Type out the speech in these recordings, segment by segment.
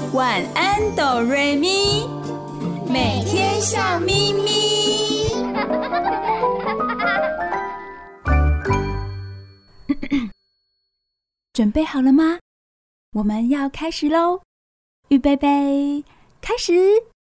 晚安哆瑞咪，每天笑眯眯。准备好了吗？我们要开始咯！预备备，开始！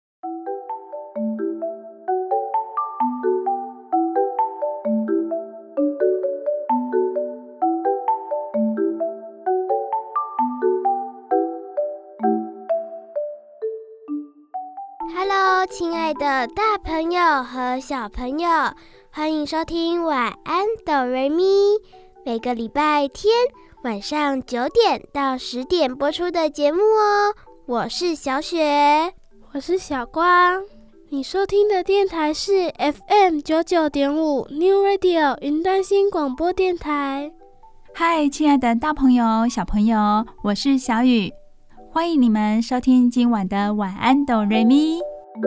亲爱的大朋友和小朋友，欢迎收听晚安哆瑞咪，每个礼拜天晚上9点到10点播出的节目哦。我是小雪， 我是小光。你收听的电台是 FM99.5 New Radio 云端新广播电台。 嗨，亲爱的大朋友小朋友，我是小雨，欢迎你们收听今晚的晚安哆瑞咪。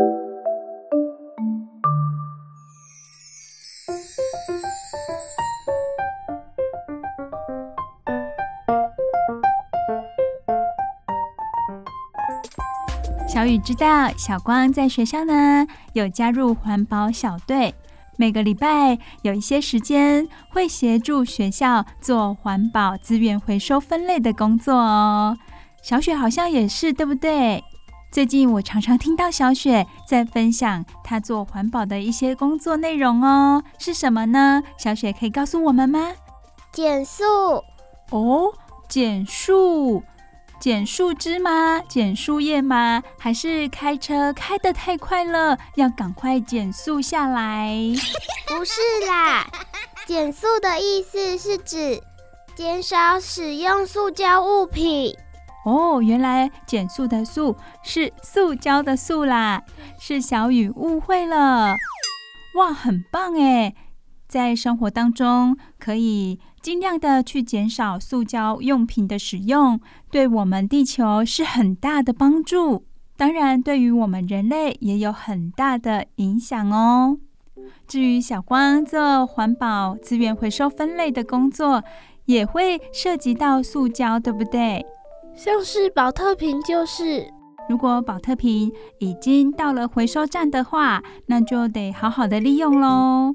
小雨知道小光在学校呢有加入环保小队，每个礼拜有一些时间会协助学校做环保资源回收分类的工作哦。小雪好像也是，对不对？最近我常常听到小雪在分享她做环保的一些工作内容哦，是什么呢？小雪可以告诉我们吗？ 减速哦，减树。捡树枝吗？捡树叶吗？还是开车开得太快了，要赶快减速下来？ 不是啦，减速的意思是指减少使用塑胶物品。 哦，原来减速的速是塑胶的塑啦，是小雨误会了。哇，很棒耶！在生活当中可以尽量的去减少塑胶用品的使用，对我们地球是很大的帮助，当然对于我们人类也有很大的影响哦。至于小光做环保资源回收分类的工作，也会涉及到塑胶，对不对？ 像是保特瓶就是。 如果保特瓶已经到了回收站的话，那就得好好的利用咯。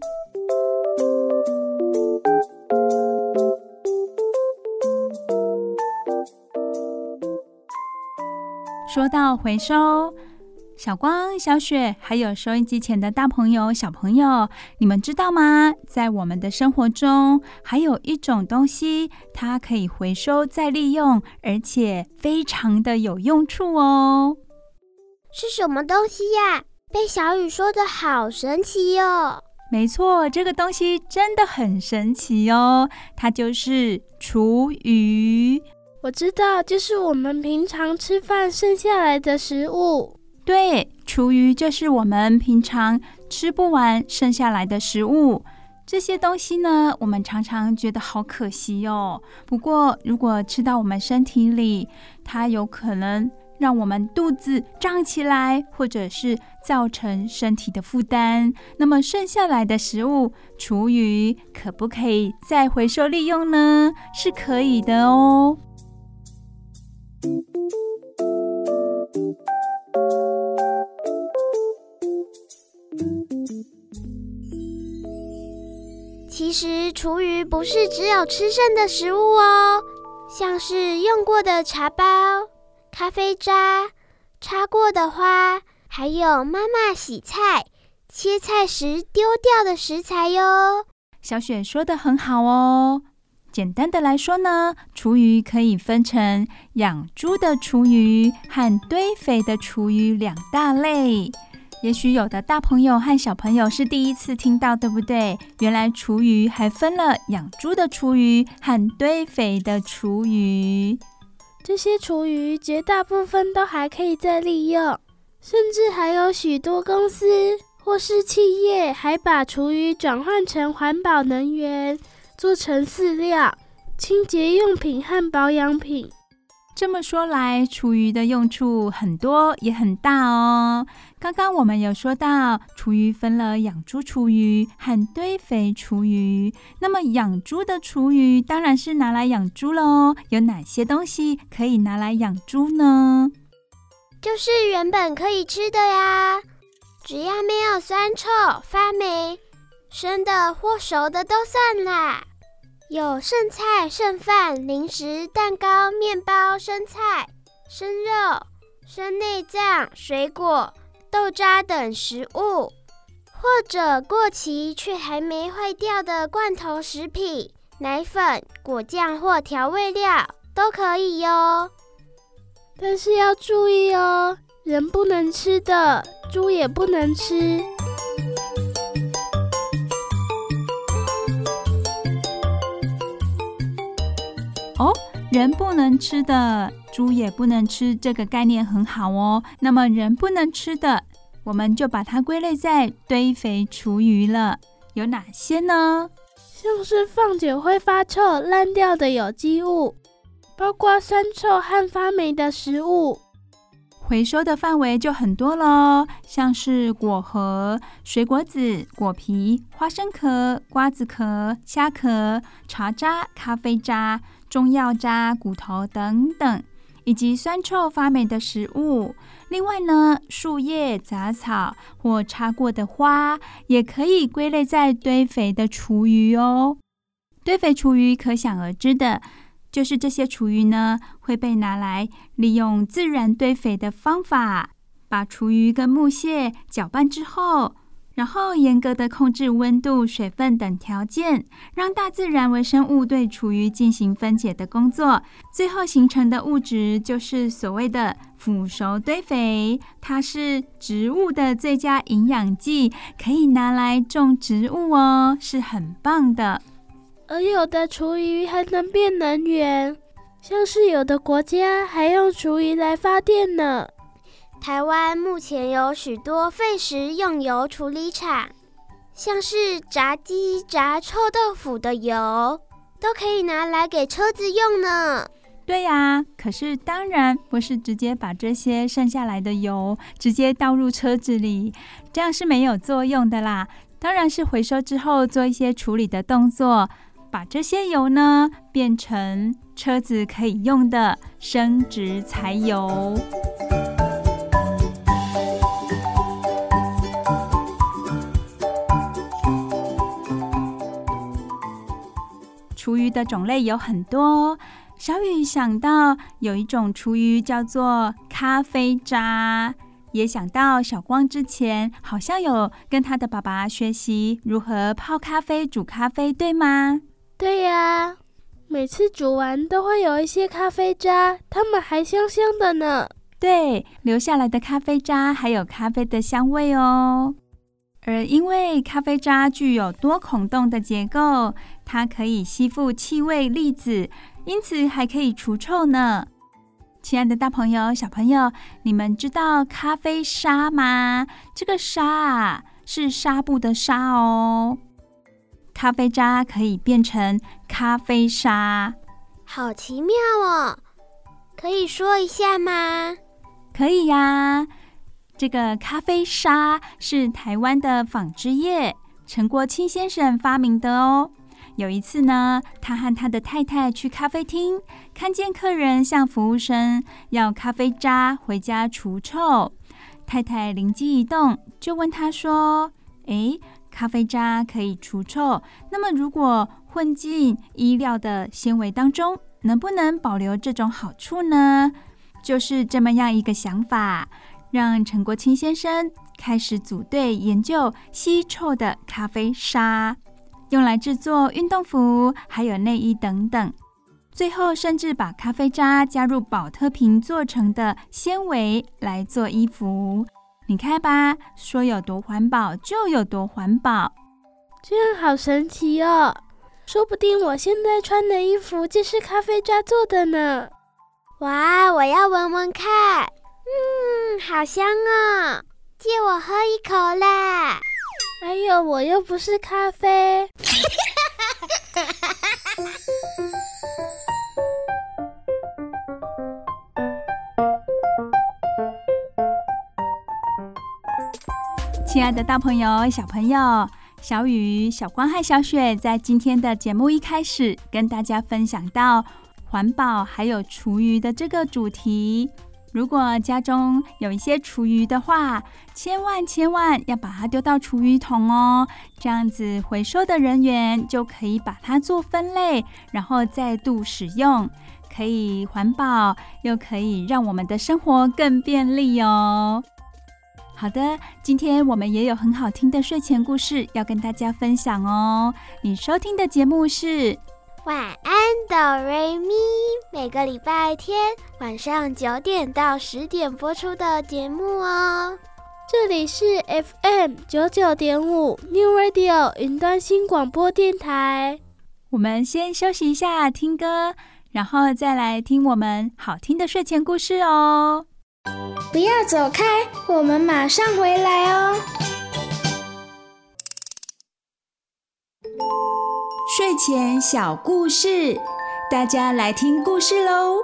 说到回收，小光、小雪还有收音机前的大朋友、小朋友，你们知道吗？在我们的生活中，还有一种东西，它可以回收再利用，而且非常的有用处哦。 是什么东西呀？被小雨说的好神奇哦。 没错，这个东西真的很神奇哦，它就是厨余。 我知道，就是我们平常吃饭剩下来的食物。 对，厨余就是我们平常吃不完剩下来的食物。这些东西呢，我们常常觉得好可惜哦。不过，如果吃到我们身体里，它有可能让我们肚子胀起来，或者是造成身体的负担。那么剩下来的食物，厨余可不可以再回收利用呢？是可以的哦。 其实厨余不是只有吃剩的食物哦，像是用过的茶包、咖啡渣、插过的花，还有妈妈洗菜、切菜时丢掉的食材哟。 小雪说得很好哦。简单的来说呢，厨余可以分成养猪的厨余和堆肥的厨余两大类。也许有的大朋友和小朋友是第一次听到，对不对？原来厨余还分了养猪的厨余和堆肥的厨余。 这些厨余绝大部分都还可以再利用，甚至还有许多公司或是企业还把厨余转换成环保能源，做成饲料、清洁用品和保养品。 这么说来，厨余的用处很多也很大哦。刚刚我们有说到，厨余分了养猪厨余和堆肥厨余。那么养猪的厨余当然是拿来养猪咯，有哪些东西可以拿来养猪呢？ 就是原本可以吃的呀，只要没有酸臭、发霉，生的或熟的都算啦。有剩菜、剩饭、零食、蛋糕、面包、生菜、生肉、生内脏、水果、豆渣等食物，或者过期却还没坏掉的罐头食品、奶粉、果酱或调味料都可以哟。 但是要注意哦，人不能吃的，猪也不能吃。 哦，人不能吃的，猪也不能吃，这个概念很好哦。那么人不能吃的，我们就把它归类在堆肥厨余了。有哪些呢？ 像是放久会发臭、烂掉的有机物，包括酸臭和发霉的食物。 回收的范围就很多咯，像是果核、水果籽、果皮、花生壳、瓜子壳、虾壳、茶渣、咖啡渣、中药渣、骨头等等，以及酸臭发霉的食物。另外呢，树叶、杂草或插过的花也可以归类在堆肥的厨余哦。堆肥厨余可想而知的，就是这些厨余呢，会被拿来利用自然堆肥的方法，把厨余跟木屑搅拌之后，然后严格的控制温度、水分等条件，让大自然微生物对厨余进行分解的工作，最后形成的物质就是所谓的腐熟堆肥。它是植物的最佳营养剂，可以拿来种植物哦，是很棒的。 而有的厨余还能变能源，像是有的国家还用厨余来发电呢。 台湾目前有许多废食用油处理厂，像是炸鸡、炸臭豆腐的油，都可以拿来给车子用呢。 对呀，可是当然不是直接把这些剩下来的油直接倒入车子里，这样是没有作用的啦。当然是回收之后做一些处理的动作，把这些油呢变成车子可以用的生质柴油。厨余的种类有很多，小雨想到有一种厨余叫做咖啡渣，也想到小光之前好像有跟他的爸爸学习如何泡咖啡、煮咖啡，对吗？ 对呀，每次煮完都会有一些咖啡渣，它们还香香的呢。 对，留下来的咖啡渣还有咖啡的香味哦。而因为咖啡渣具有多孔洞的结构，它可以吸附气味粒子，因此还可以除臭呢。亲爱的大朋友、小朋友，你们知道咖啡沙吗？这个沙啊，是纱布的纱哦。咖啡渣可以变成咖啡沙， 好奇妙哦！可以说一下吗？ 可以呀。这个咖啡沙是台湾的纺织业陈国清先生发明的哦。有一次呢，他和他的太太去咖啡厅，看见客人向服务生要咖啡渣回家除臭。太太灵机一动，就问他说：咖啡渣可以除臭，那么如果混进衣料的纤维当中，能不能保留这种好处呢？就是这么样一个想法，让陈国清先生开始组队研究吸臭的咖啡沙，用来制作运动服还有内衣等等。最后甚至把咖啡渣加入保特瓶做成的纤维来做衣服。你看吧，说有多环保就有多环保。 这样好神奇哦，说不定我现在穿的衣服就是咖啡渣做的呢。 哇，我要闻闻看。好香哦，借我喝一口啦。 哎呦，我又不是咖啡。 亲爱的大朋友、小朋友，小雨、小光和小雪在今天的节目一开始跟大家分享到环保还有厨余的这个主题。 如果家中有一些厨余的话，千万要把它丢到厨余桶哦。这样子回收的人员就可以把它做分类，然后再度使用，可以环保，又可以让我们的生活更便利哦。好的，今天我们也有很好听的睡前故事要跟大家分享哦。你收听的节目是晚安哆瑞咪，每个礼拜天晚上9点到10点播出的节目哦。 这里是 FM 99.5 New Radio 云端新广播电台。 我们先休息一下，听歌，然后再来听我们好听的睡前故事哦。 不要走开，我们马上回来哦。 睡前小故事，大家来听故事喽。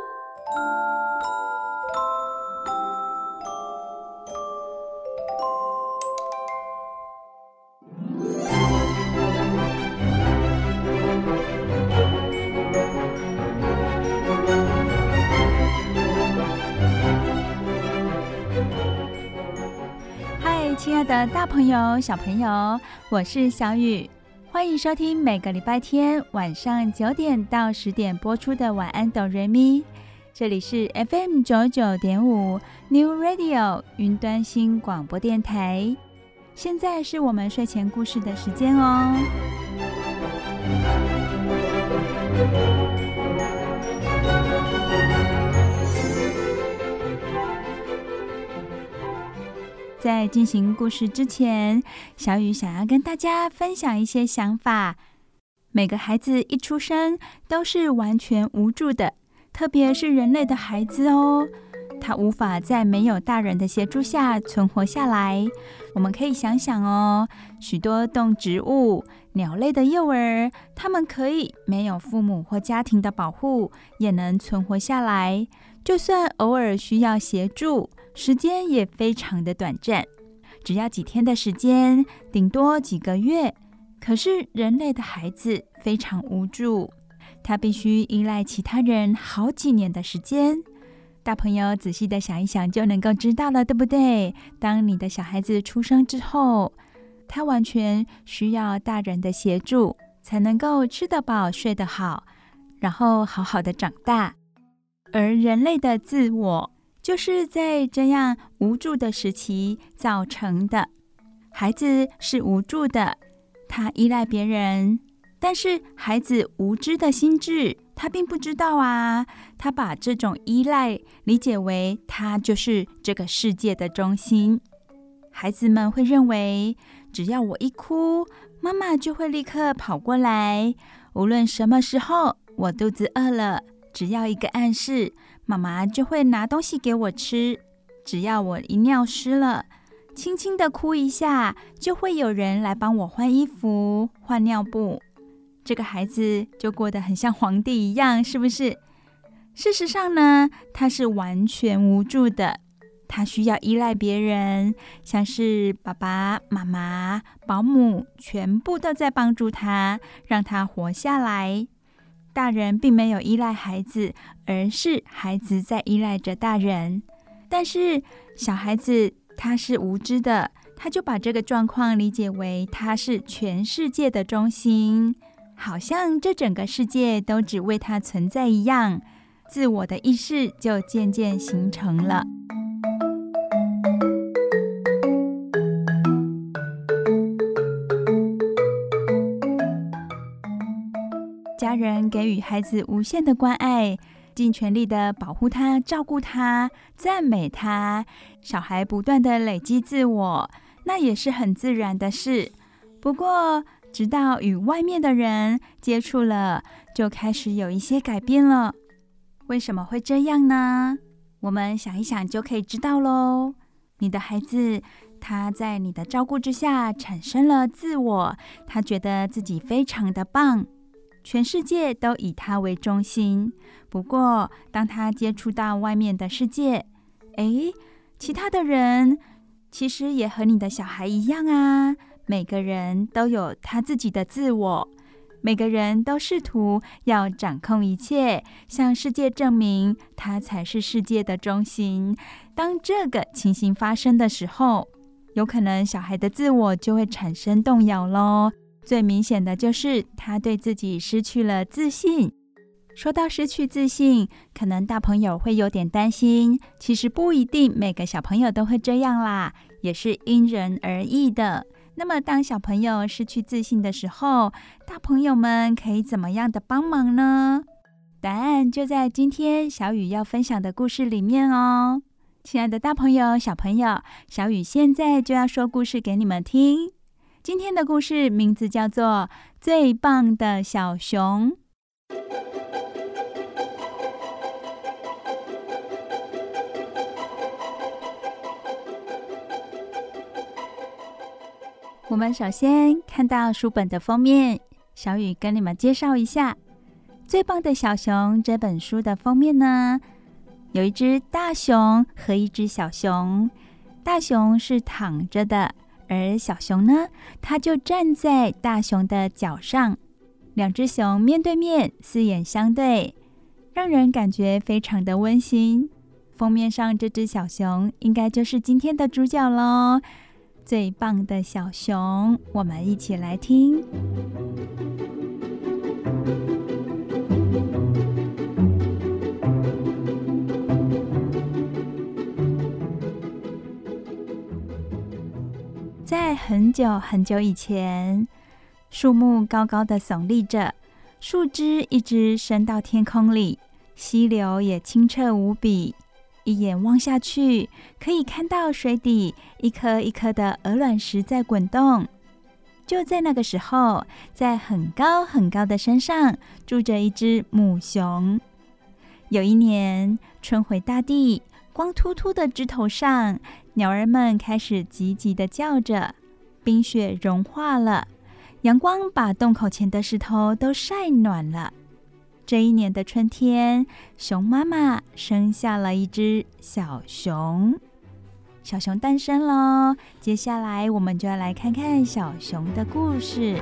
嗨，亲爱的大朋友、小朋友，我是小雨。欢迎收听每个礼拜天晚上9点到10点播出的晚安哆瑞咪，这里是 FM 99.5 New Radio 云端新广播电台。现在是我们睡前故事的时间哦。在进行故事之前，小雨想要跟大家分享一些想法。每个孩子一出生都是完全无助的，特别是人类的孩子哦，他无法在没有大人的协助下存活下来。我们可以想想哦，许多动植物、鸟类的幼儿，他们可以没有父母或家庭的保护，也能存活下来。就算偶尔需要协助，时间也非常的短暂，只要几天的时间，顶多几个月。可是人类的孩子非常无助，他必须依赖其他人好几年的时间。大朋友仔细的想一想就能够知道了，对不对？当你的小孩子出生之后，他完全需要大人的协助，才能够吃得饱、睡得好，然后好好的长大。而人类的自我就是在这样无助的时期造成的。孩子是无助的，他依赖别人，但是孩子无知的心智，他并不知道啊，他把这种依赖理解为他就是这个世界的中心。孩子们会认为，只要我一哭，妈妈就会立刻跑过来，无论什么时候我肚子饿了，只要一个暗示，妈妈就会拿东西给我吃。只要我一尿湿了，轻轻的哭一下，就会有人来帮我换衣服、换尿布。这个孩子就过得很像皇帝一样，是不是？事实上呢，他是完全无助的，他需要依赖别人，像是爸爸妈妈、保姆，全部都在帮助他，让他活下来。大人并没有依赖孩子，而是孩子在依赖着大人。但是小孩子他是无知的，他就把这个状况理解为他是全世界的中心，好像这整个世界都只为他存在一样，自我的意识就渐渐形成了。家人给予孩子无限的关爱，尽全力的保护他、照顾他、赞美他，小孩不断的累积自我，那也是很自然的事。不过，直到与外面的人接触了，就开始有一些改变了。为什么会这样呢？我们想一想就可以知道咯。你的孩子，他在你的照顾之下产生了自我，他觉得自己非常的棒，全世界都以他为中心。不过，当他接触到外面的世界，其他的人其实也和你的小孩一样啊，每个人都有他自己的自我。 每个人都试图要掌控一切，向世界证明他才是世界的中心。当这个情形发生的时候，有可能小孩的自我就会产生动摇咯。最明显的就是他对自己失去了自信。说到失去自信，可能大朋友会有点担心，其实不一定每个小朋友都会这样啦，也是因人而异的。那么当小朋友失去自信的时候，大朋友们可以怎么样的帮忙呢？答案就在今天小雨要分享的故事里面哦。亲爱的大朋友、小朋友，小雨现在就要说故事给你们听。今天的故事名字叫做《最棒的小熊》。我们首先看到书本的封面，小雨跟你们介绍一下《最棒的小熊》这本书的封面呢，有一只大熊和一只小熊。大熊是躺着的，而小熊呢，它就站在大熊的脚上，两只熊面对面，四眼相对，让人感觉非常的温馨。封面上这只小熊应该就是今天的主角咯。最棒的小熊，我们一起来听。在很久很久以前，树木高高的耸立着，树枝一直伸到天空里，溪流也清澈无比。一眼望下去，可以看到水底一颗一颗的鹅卵石在滚动。就在那个时候，在很高很高的山上住着一只母熊。有一年，春回大地，光秃秃的枝头上，鸟儿们开始急急地叫着。冰雪融化了，阳光把洞口前的石头都晒暖了。这一年的春天，熊妈妈生下了一只小熊，小熊诞生咯。接下来我们就要来看看小熊的故事。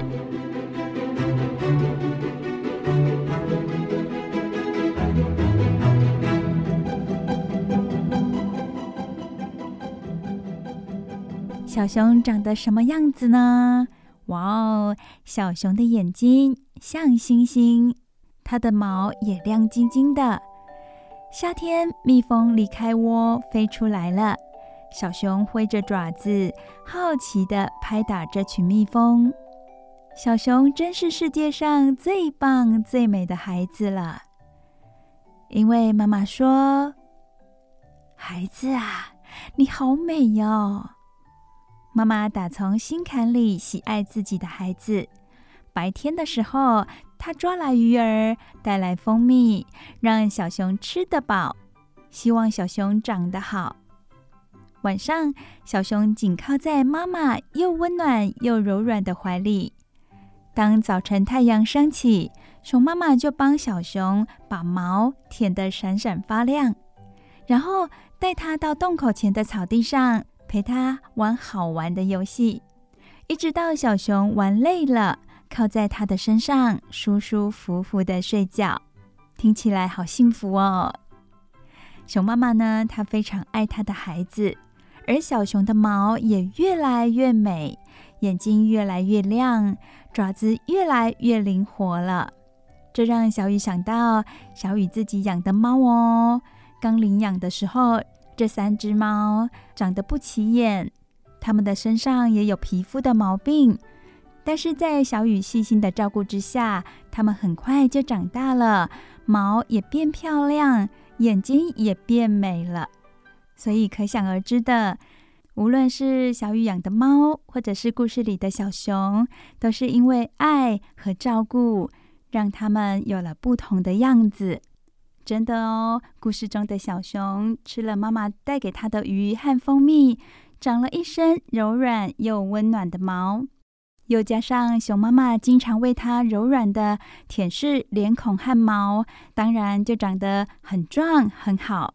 小熊长得什么样子呢？哇哦，小熊的眼睛像星星，它的毛也亮晶晶的。夏天，蜜蜂离开窝飞出来了，小熊挥着爪子，好奇地拍打这群蜜蜂。小熊真是世界上最棒最美的孩子了，因为妈妈说：“孩子啊，你好美哟。”妈妈打从心坎里喜爱自己的孩子。白天的时候，她抓来鱼儿，带来蜂蜜，让小熊吃得饱，希望小熊长得好。晚上，小熊紧靠在妈妈又温暖又柔软的怀里。当早晨太阳升起，熊妈妈就帮小熊把毛舔得闪闪发亮，然后带它到洞口前的草地上，陪它玩好玩的游戏，一直到小熊玩累了，靠在它的身上，舒舒服服的睡觉。听起来好幸福哦。熊妈妈呢，她非常爱她的孩子，而小熊的毛也越来越美，眼睛越来越亮，爪子越来越灵活了。这让小雨想到小雨自己养的猫哦。刚领养的时候，这3只猫长得不起眼，它们的身上也有皮肤的毛病，但是在小雨细心的照顾之下，它们很快就长大了，毛也变漂亮，眼睛也变美了。所以可想而知的，无论是小雨养的猫，或者是故事里的小熊，都是因为爱和照顾，让它们有了不同的样子。真的哦，故事中的小熊吃了妈妈带给它的鱼和蜂蜜，长了一身柔软又温暖的毛，又加上熊妈妈经常为它柔软的舔舐脸孔和毛，当然就长得很壮很好。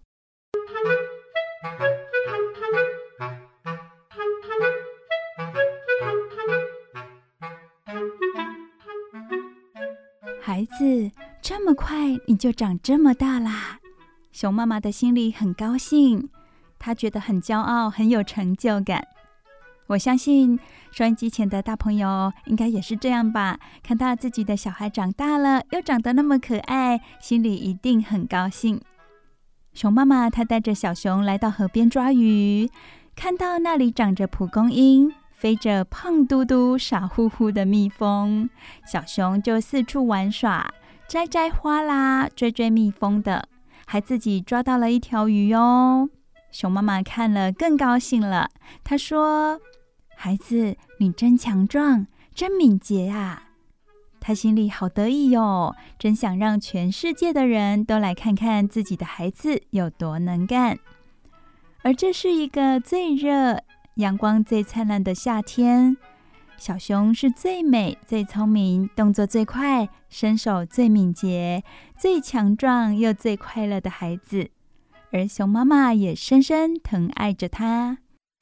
子，这么快你就长这么大啦！熊妈妈的心里很高兴，她觉得很骄傲，很有成就感。我相信收音机前的大朋友应该也是这样吧，看到自己的小孩长大了，又长得那么可爱，心里一定很高兴。熊妈妈她带着小熊来到河边抓鱼，看到那里长着蒲公英，飞着胖嘟嘟傻乎乎的蜜蜂，小熊就四处玩耍，摘花啦，追蜜蜂的，还自己抓到了一条鱼哦。熊妈妈看了更高兴了，她说：孩子，你真强壮，真敏捷啊！她心里好得意哟，真想让全世界的人都来看看自己的孩子有多能干。而这是一个最热、阳光最灿烂的夏天，小熊是最美、最聪明、动作最快、身手最敏捷、最强壮又最快乐的孩子，而熊妈妈也深深疼爱着它。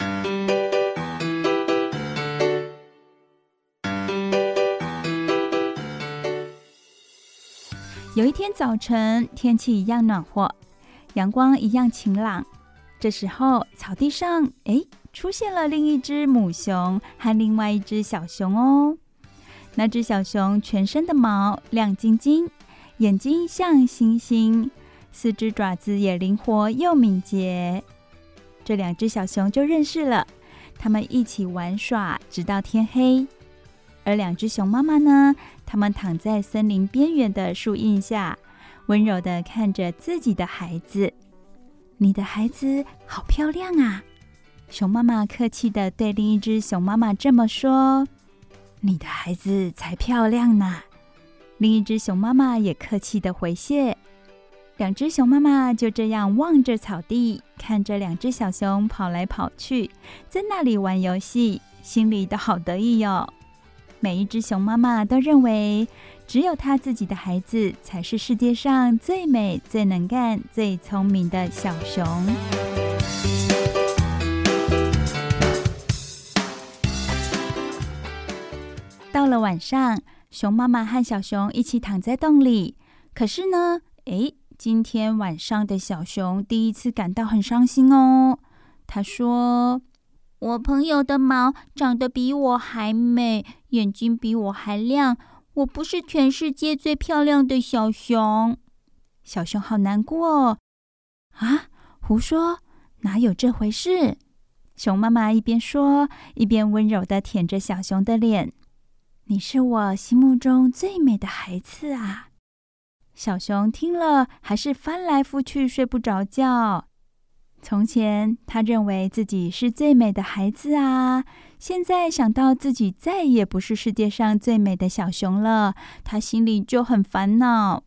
有一天早晨，天气一样暖和，阳光一样晴朗。这时候，草地上出现了另一只母熊和另外一只小熊哦。那只小熊全身的毛亮晶晶，眼睛像星星，四只爪子也灵活又敏捷。这两只小熊就认识了，他们一起玩耍，直到天黑。而两只熊妈妈呢，它们躺在森林边缘的树荫下，温柔地看着自己的孩子。你的孩子好漂亮啊！熊妈妈客气地对另一只熊妈妈这么说。你的孩子才漂亮呢！另一只熊妈妈也客气地回谢。两只熊妈妈就这样望着草地，看着两只小熊跑来跑去，在那里玩游戏，心里都好得意哟。每一只熊妈妈都认为，只有她自己的孩子才是世界上最美、最能干、最聪明的小熊。到了晚上，熊妈妈和小熊一起躺在洞里。可是呢，今天晚上的小熊第一次感到很伤心哦。他说：我朋友的毛长得比我还美，眼睛比我还亮，我不是全世界最漂亮的小熊。小熊好难过哦。啊，胡说，哪有这回事？熊妈妈一边说，一边温柔地舔着小熊的脸。你是我心目中最美的孩子啊！小熊听了，还是翻来覆去睡不着觉。从前，他认为自己是最美的孩子啊，现在想到自己再也不是世界上最美的小熊了，他心里就很烦恼。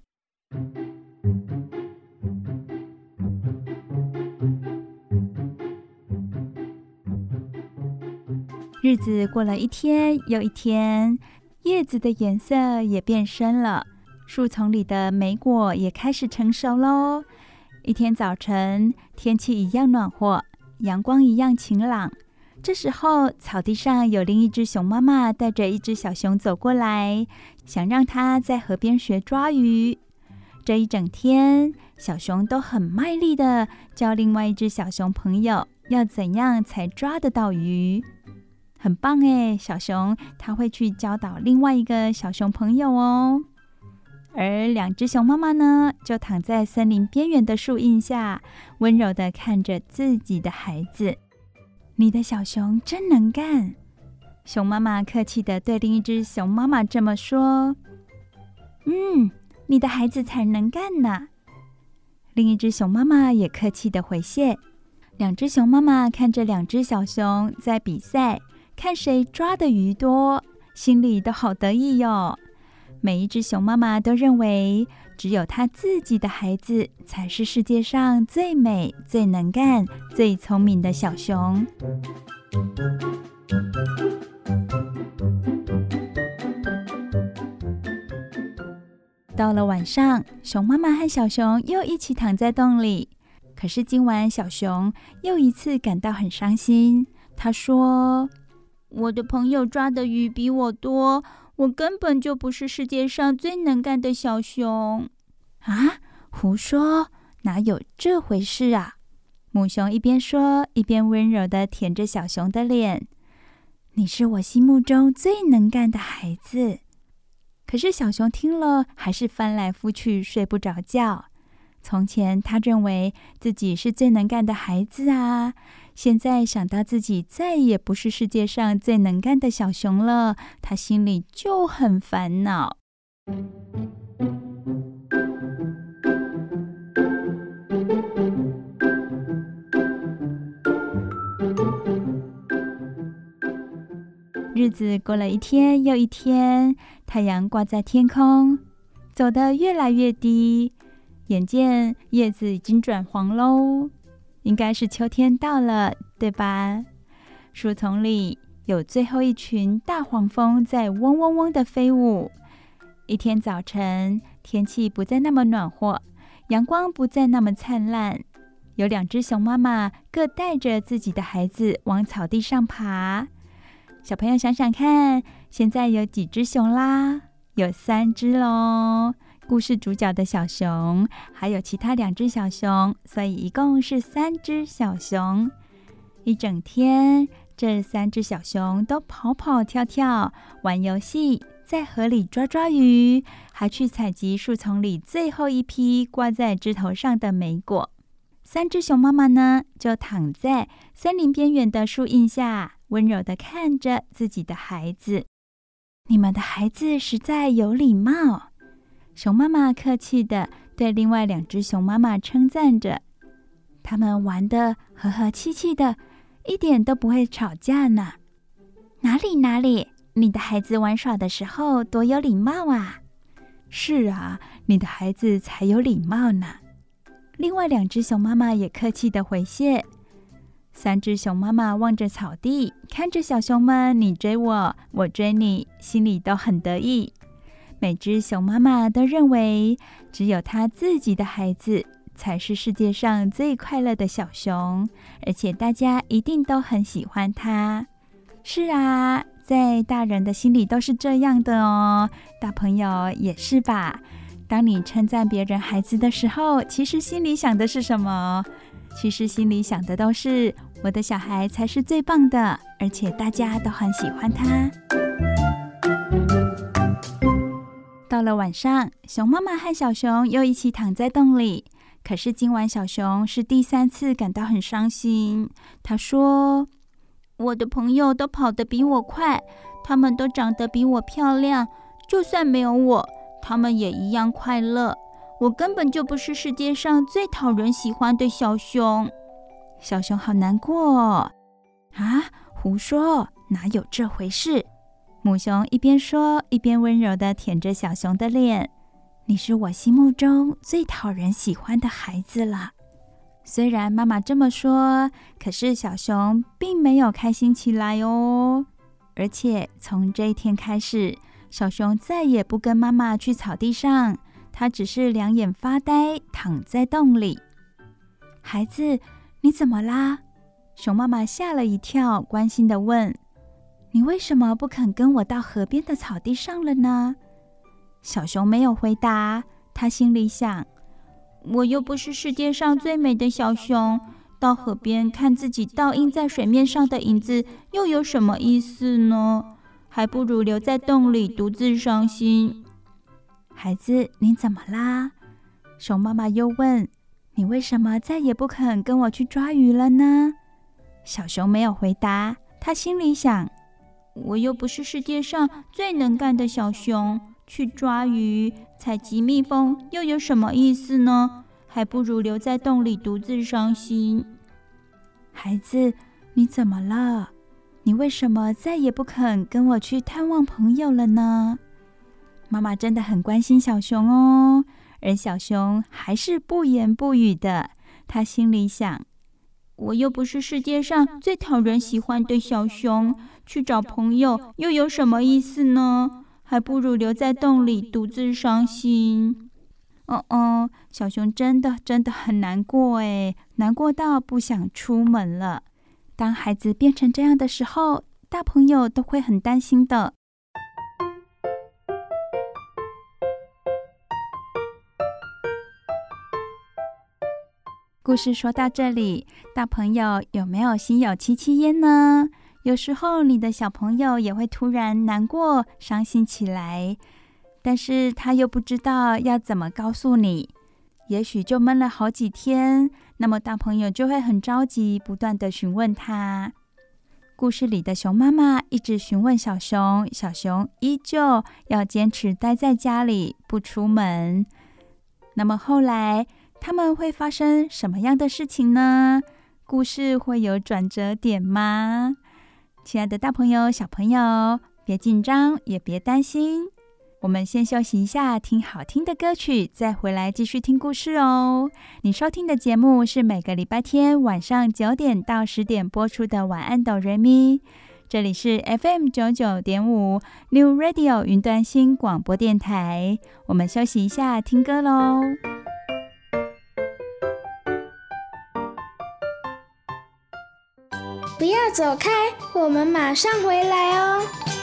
日子过了一天又一天，叶子的颜色也变深了，树丛里的莓果也开始成熟喽。一天早晨，天气一样暖和，阳光一样晴朗。这时候，草地上有另一只熊妈妈带着一只小熊走过来，想让它在河边学抓鱼。这一整天，小熊都很卖力地教另外一只小熊朋友要怎样才抓得到鱼。很棒耶，小熊它会去教导另外一个小熊朋友哦。而两只熊妈妈呢，就躺在森林边缘的树荫下，温柔地看着自己的孩子。你的小熊真能干。熊妈妈客气地对另一只熊妈妈这么说。你的孩子才能干呢。另一只熊妈妈也客气地回谢。两只熊妈妈看着两只小熊在比赛，看谁抓的鱼多，心里都好得意哟。每一只熊妈妈都认为，只有她自己的孩子才是世界上最美、最能干、最聪明的小熊。到了晚上，熊妈妈和小熊又一起躺在洞里。可是今晚小熊又一次感到很伤心。他说：我的朋友抓的鱼比我多， 我根本就不是世界上最能干的小熊。啊，胡说，哪有这回事啊？母熊一边说，一边温柔地舔着小熊的脸。你是我心目中最能干的孩子。可是小熊听了，还是翻来覆去睡不着觉。从前他认为自己是最能干的孩子啊，现在想到自己再也不是世界上最能干的小熊了，他心里就很烦恼。日子过了一天又一天，太阳挂在天空，走得越来越低，眼见叶子已经转黄喽，应该是秋天到了，对吧？树丛里有最后一群大黄蜂在嗡嗡嗡地飞舞。一天早晨，天气不再那么暖和，阳光不再那么灿烂，有2只熊妈妈各带着自己的孩子往草地上爬。小朋友想想看，现在有几只熊啦？有3只咯。故事主角的小熊，还有其他2只小熊，所以一共是3只小熊。一整天，这3只小熊都跑跑跳跳，玩游戏，在河里抓抓鱼，还去采集树丛里最后一批挂在枝头上的莓果。3只熊妈妈呢，就躺在森林边缘的树荫下，温柔地看着自己的孩子。你们的孩子实在有礼貌。熊妈妈客气地对另外2只熊妈妈称赞着，他们玩得和和气气的，一点都不会吵架呢。哪里，你的孩子玩耍的时候多有礼貌啊！是啊，你的孩子才有礼貌呢。另外2只熊妈妈也客气地回谢。3只熊妈妈望着草地，看着小熊们你追我，我追你，心里都很得意。每只熊妈妈都认为，只有她自己的孩子才是世界上最快乐的小熊，而且大家一定都很喜欢她。是啊，在大人的心里都是这样的哦，大朋友也是吧？当你称赞别人孩子的时候，其实心里想的是什么？其实心里想的都是，我的小孩才是最棒的，而且大家都很喜欢他。到了晚上，熊妈妈和小熊又一起躺在洞里。可是今晚小熊是第3次感到很伤心。他说，我的朋友都跑得比我快，他们都长得比我漂亮，就算没有我，他们也一样快乐。我根本就不是世界上最讨人喜欢的小熊。小熊好难过哦。啊，胡说，哪有这回事？母熊一边说，一边温柔地舔着小熊的脸。你是我心目中最讨人喜欢的孩子了。虽然妈妈这么说，可是小熊并没有开心起来哦。而且从这一天开始，小熊再也不跟妈妈去草地上，他只是两眼发呆，躺在洞里。孩子，你怎么啦？熊妈妈吓了一跳，关心地问，你为什么不肯跟我到河边的草地上了呢？小熊没有回答，他心里想，我又不是世界上最美的小熊，到河边看自己倒映在水面上的影子又有什么意思呢？还不如留在洞里独自伤心。孩子，你怎么啦？熊妈妈又问，你为什么再也不肯跟我去抓鱼了呢？小熊没有回答，他心里想，我又不是世界上最能干的小熊，去抓鱼、采集蜜蜂又有什么意思呢？还不如留在洞里独自伤心。孩子，你怎么了？你为什么再也不肯跟我去探望朋友了呢？妈妈真的很关心小熊哦，而小熊还是不言不语的。他心里想，我又不是世界上最讨人喜欢的小熊，去找朋友又有什么意思呢？还不如留在洞里独自伤心。小熊真的很难过耶，难过到不想出门了。当孩子变成这样的时候，大朋友都会很担心的。 故事说到这里，大朋友有没有心有戚戚焉呢？有时候你的小朋友也会突然难过、伤心起来，但是他又不知道要怎么告诉你，也许就闷了好几天，那么大朋友就会很着急，不断地询问他。故事里的熊妈妈一直询问小熊，小熊依旧要坚持待在家里，不出门。那么后来他们会发生什么样的事情呢？故事会有转折点吗？亲爱的大朋友、小朋友，别紧张，也别担心。我们先休息一下，听好听的歌曲，再回来继续听故事哦。你收听的节目是每个礼拜天晚上9点到10点播出的晚安哆瑞咪，这里是 FM 99.5 New Radio 云端新广播电台。我们休息一下，听歌咯。 不要走开，我们马上回来哦。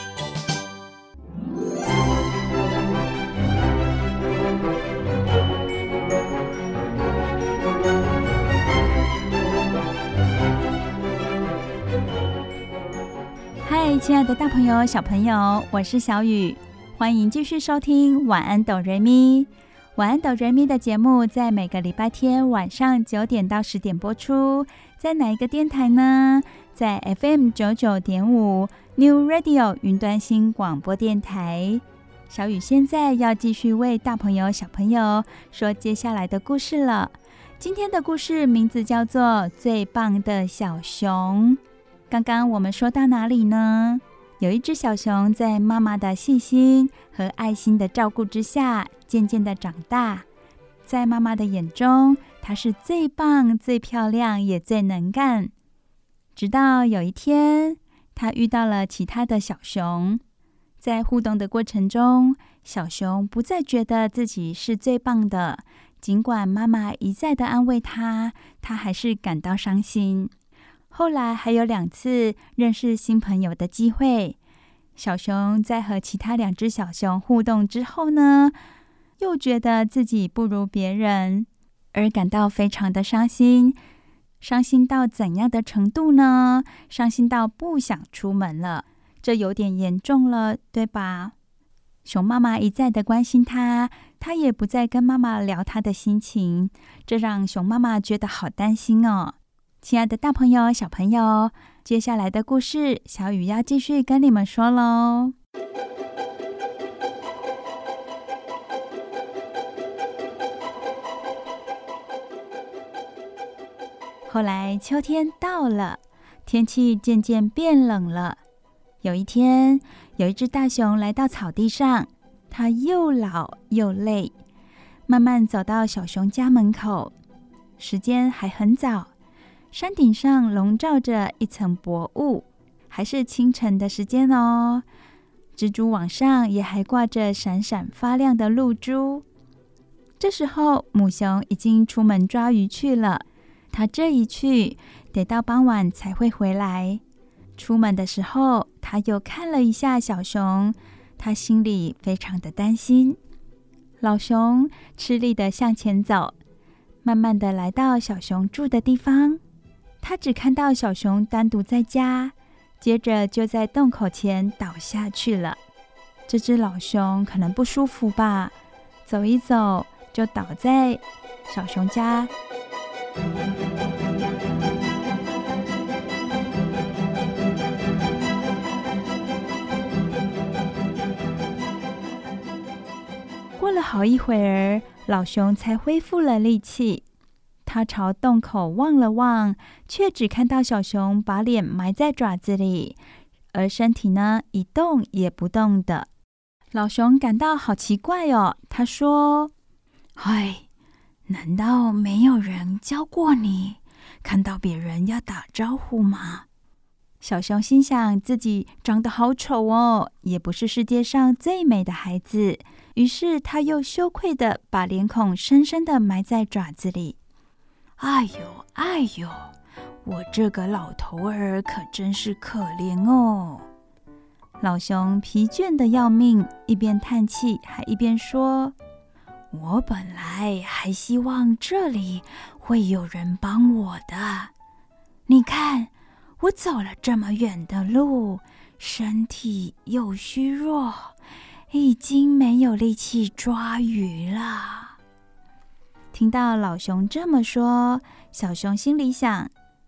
嗨，亲爱的大朋友、小朋友，我是小雨，欢迎继续收听晚安哆瑞咪。晚安哆瑞咪的节目在每个礼拜天晚上9点到10点播出，在哪一个电台呢？在 FM 99.5 New Radio 云端新广播电台。小雨现在要继续为大朋友、小朋友说接下来的故事了。今天的故事名字叫做《最棒的小熊》。刚刚我们说到哪里呢？有一只小熊在妈妈的细心和爱心的照顾之下，渐渐的长大。在妈妈的眼中，它是最棒、最漂亮，也最能干。直到有一天，它遇到了其他的小熊。在互动的过程中，小熊不再觉得自己是最棒的，尽管妈妈一再的安慰它，它还是感到伤心。后来还有2次认识新朋友的机会，小熊在和其他2只小熊互动之后呢，又觉得自己不如别人，而感到非常的伤心。伤心到怎样的程度呢？伤心到不想出门了，这有点严重了，对吧？熊妈妈一再的关心他，他也不再跟妈妈聊他的心情，这让熊妈妈觉得好担心哦。亲爱的大朋友、小朋友，接下来的故事，小雨要继续跟你们说咯。后来秋天到了，天气渐渐变冷了。有一天，有一只大熊来到草地上，它又老又累，慢慢走到小熊家门口。时间还很早，山顶上笼罩着一层薄雾，还是清晨的时间哦。蜘蛛网上也还挂着闪闪发亮的露珠。这时候，母熊已经出门抓鱼去了。他这一去，得到傍晚才会回来。出门的时候，他又看了一下小熊，他心里非常的担心。老熊吃力地向前走，慢慢地来到小熊住的地方。他只看到小熊单独在家，接着就在洞口前倒下去了。这只老熊可能不舒服吧，走一走就倒在小熊家。过了好一会儿，老熊才恢复了力气。他朝洞口望了望，却只看到小熊把脸埋在爪子里，而身体呢，一动也不动的。老熊感到好奇怪哦，他说：“嗨，难道没有人教过你看到别人要打招呼吗？”小熊心想自己长得好丑哦，也不是世界上最美的孩子，于是他又羞愧地把脸孔深深地埋在爪子里。哎呦哎呦，我这个老头儿可真是可怜哦。老熊疲倦得要命，一边叹气还一边说：“我本来还希望这里会有人帮我的。你看，我走了这么远的路，身体又虚弱，已经没有力气抓鱼了。听到老熊这么说，小熊心里想，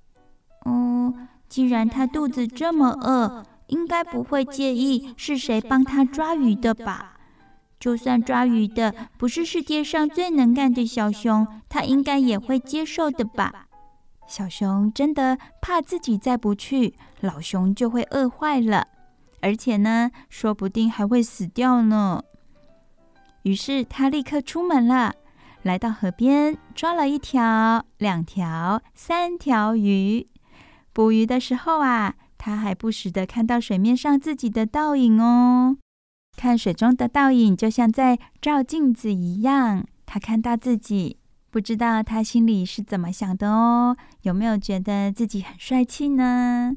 既然他肚子这么饿，应该不会介意是谁帮他抓鱼的吧？就算抓鱼的不是世界上最能干的小熊，他应该也会接受的吧？小熊真的怕自己再不去，老熊就会饿坏了，而且呢，说不定还会死掉呢。于是他立刻出门了，来到河边，抓了1条、2条、3条鱼。捕鱼的时候啊，他还不时地看到水面上自己的倒影哦。看水中的倒影，就像在照镜子一样。他看到自己，不知道他心里是怎么想的哦？有没有觉得自己很帅气呢？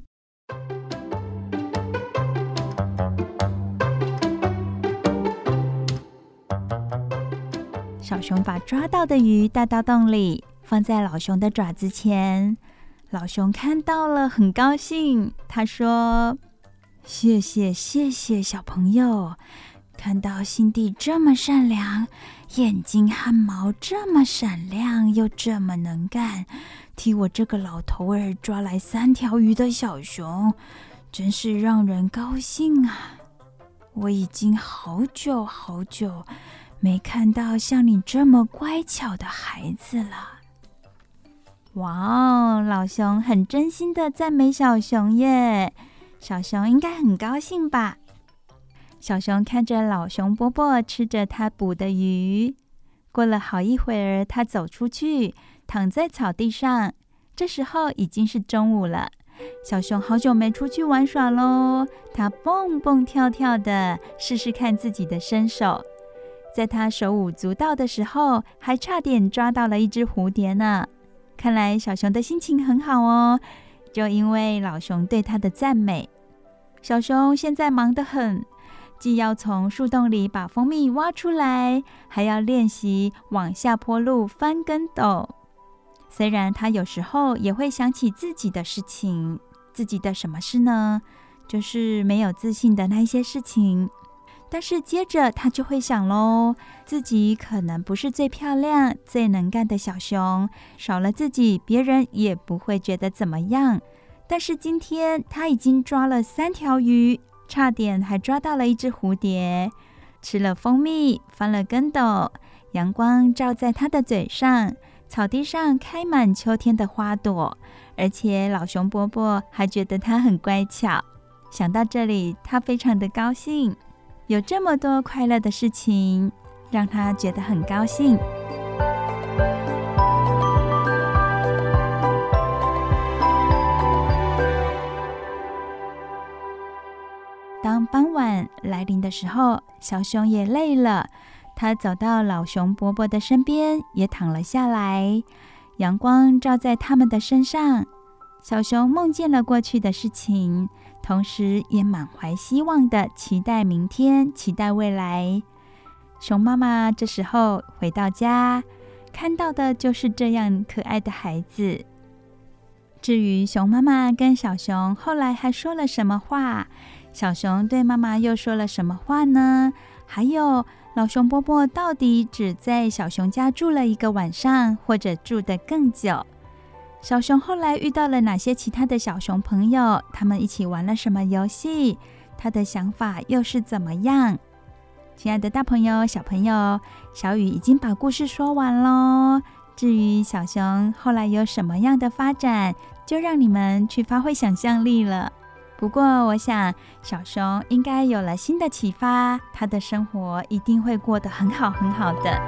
小熊把抓到的鱼带到洞里，放在老熊的爪子前。老熊看到了，很高兴。他说：“谢谢小朋友，看到心地这么善良，眼睛和毛这么闪亮，又这么能干，替我这个老头儿抓来3条鱼的小熊，真是让人高兴啊！我已经好久没看到像你这么乖巧的孩子了。”哇哦，老熊很真心的赞美小熊耶，小熊应该很高兴吧？小熊看着老熊伯伯吃着他捕的鱼，过了好一会儿，他走出去，躺在草地上。这时候已经是中午了，小熊好久没出去玩耍咯，他蹦蹦跳跳的试试看自己的身手。在他手舞足蹈的时候，还差点抓到了一只蝴蝶呢。看来小熊的心情很好哦，就因为老熊对他的赞美。小熊现在忙得很，既要从树洞里把蜂蜜挖出来，还要练习往下坡路翻跟斗。虽然他有时候也会想起自己的事情，自己的什么事呢？就是没有自信的那些事情。但是接着他就会想咯，自己可能不是最漂亮、最能干的小熊，少了自己，别人也不会觉得怎么样。但是今天他已经抓了3条鱼，差点还抓到了一只蝴蝶，吃了蜂蜜，翻了跟斗，阳光照在他的嘴上，草地上开满秋天的花朵，而且老熊伯伯还觉得他很乖巧。想到这里，他非常的高兴。有这么多快乐的事情，让他觉得很高兴。当傍晚来临的时候，小熊也累了，他走到老熊伯伯的身边，也躺了下来。阳光照在他们的身上，小熊梦见了过去的事情，同时也满怀希望的期待明天，期待未来。熊妈妈这时候回到家，看到的就是这样可爱的孩子。至于熊妈妈跟小熊后来还说了什么话，小熊对妈妈又说了什么话呢？还有老熊伯伯到底只在小熊家住了1个晚上，或者住得更久？小熊后来遇到了哪些其他的小熊朋友？他们一起玩了什么游戏？他的想法又是怎么样？亲爱的大朋友、小朋友，小雨已经把故事说完咯。至于小熊后来有什么样的发展，就让你们去发挥想象力了。不过我想小熊应该有了新的启发，他的生活一定会过得很好很好的。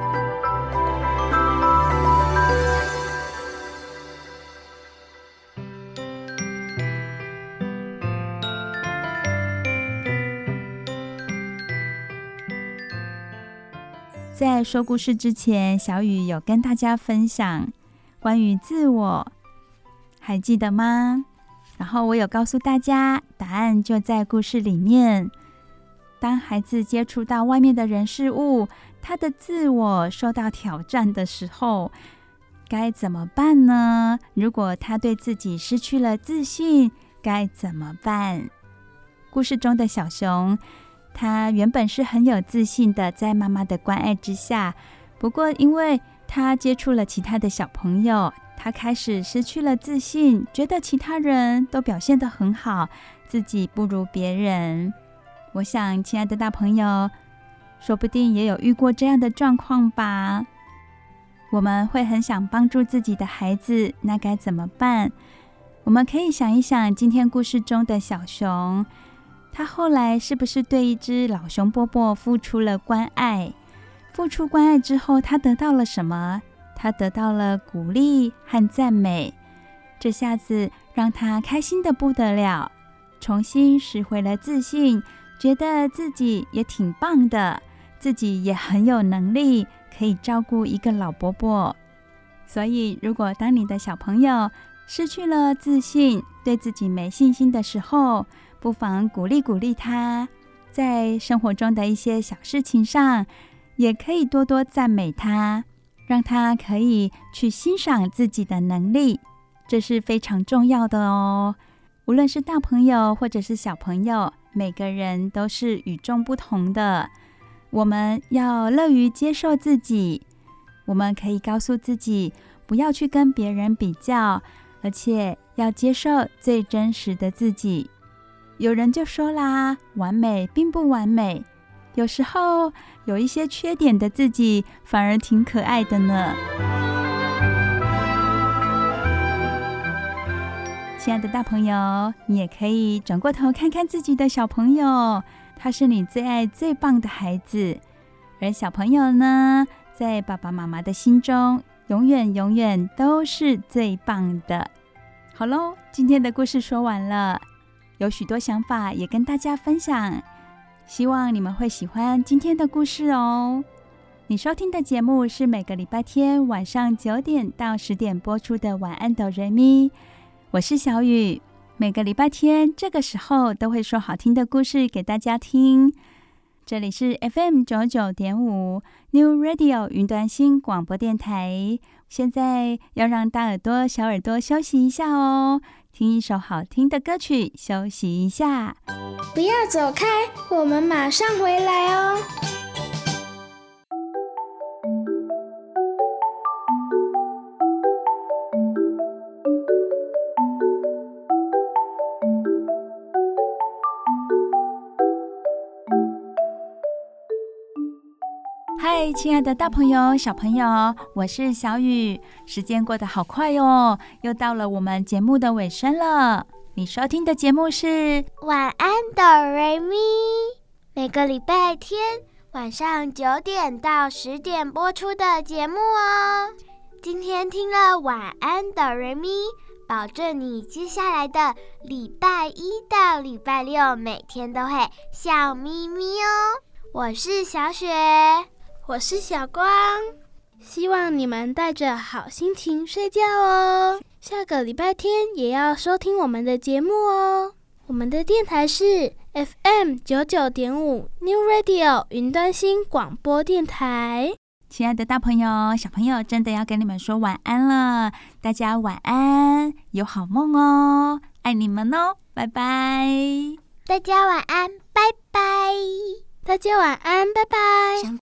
在说故事之前，小雨有跟大家分享关于自我，还记得吗？然后我有告诉大家，答案就在故事里面。当孩子接触到外面的人事物，他的自我受到挑战的时候， 该怎么办呢？如果他对自己失去了自信，该怎么办？故事中的小熊，他原本是很有自信的，在妈妈的关爱之下，不过因为他接触了其他的小朋友，他开始失去了自信，觉得其他人都表现得很好，自己不如别人。我想亲爱的大朋友，说不定也有遇过这样的状况吧。我们会很想帮助自己的孩子，那该怎么办？我们可以想一想今天故事中的小熊，他后来是不是对一只老熊伯伯付出了关爱？付出关爱之后，他得到了什么？他得到了鼓励和赞美，这下子让他开心得不得了，重新拾回了自信，觉得自己也挺棒的，自己也很有能力，可以照顾一个老伯伯。所以如果当你的小朋友失去了自信，对自己没信心的时候，不妨鼓励鼓励他，在生活中的一些小事情上也可以多多赞美他，让他可以去欣赏自己的能力，这是非常重要的哦。无论是大朋友或者是小朋友，每个人都是与众不同的，我们要乐于接受自己，我们可以告诉自己不要去跟别人比较，而且要接受最真实的自己。有人就说啦，完美并不完美，有时候有一些缺点的自己反而挺可爱的呢。亲爱的大朋友，你也可以转过头看看自己的小朋友，他是你最爱最棒的孩子，而小朋友呢，在爸爸妈妈的心中永远永远都是最棒的。好咯，今天的故事说完了，有许多想法也跟大家分享，希望你们会喜欢今天的故事哦。你收听的节目是每个礼拜天晚上9点到10点播出的晚安哆瑞咪，我是小雨，每个礼拜天这个时候都会说好听的故事给大家听。这里是 FM 99.5 New Radio 云端新广播电台，现在要让大耳朵小耳朵休息一下哦，听一首好听的歌曲休息一下。 不要走开，我们马上回来哦。 嗨，亲爱的大朋友小朋友，我是小雨。时间过得好快哦，又到了我们节目的尾声了。你收听的节目是晚安哆瑞咪，每个礼拜天晚上9点到10点播出的节目哦。今天听了晚安哆瑞咪，保证你接下来的礼拜1到礼拜6每天都会笑眯眯哦。我是小雪， 我是小光，希望你们带着好心情睡觉哦。下个礼拜天也要收听我们的节目哦。我们的电台是 FM 99.5 New Radio 云端新广播电台。 亲爱的大朋友小朋友，真的要跟你们说晚安了，大家晚安，有好梦哦，爱你们哦，拜拜。 大家晚安，拜拜。 大家晚安，拜拜。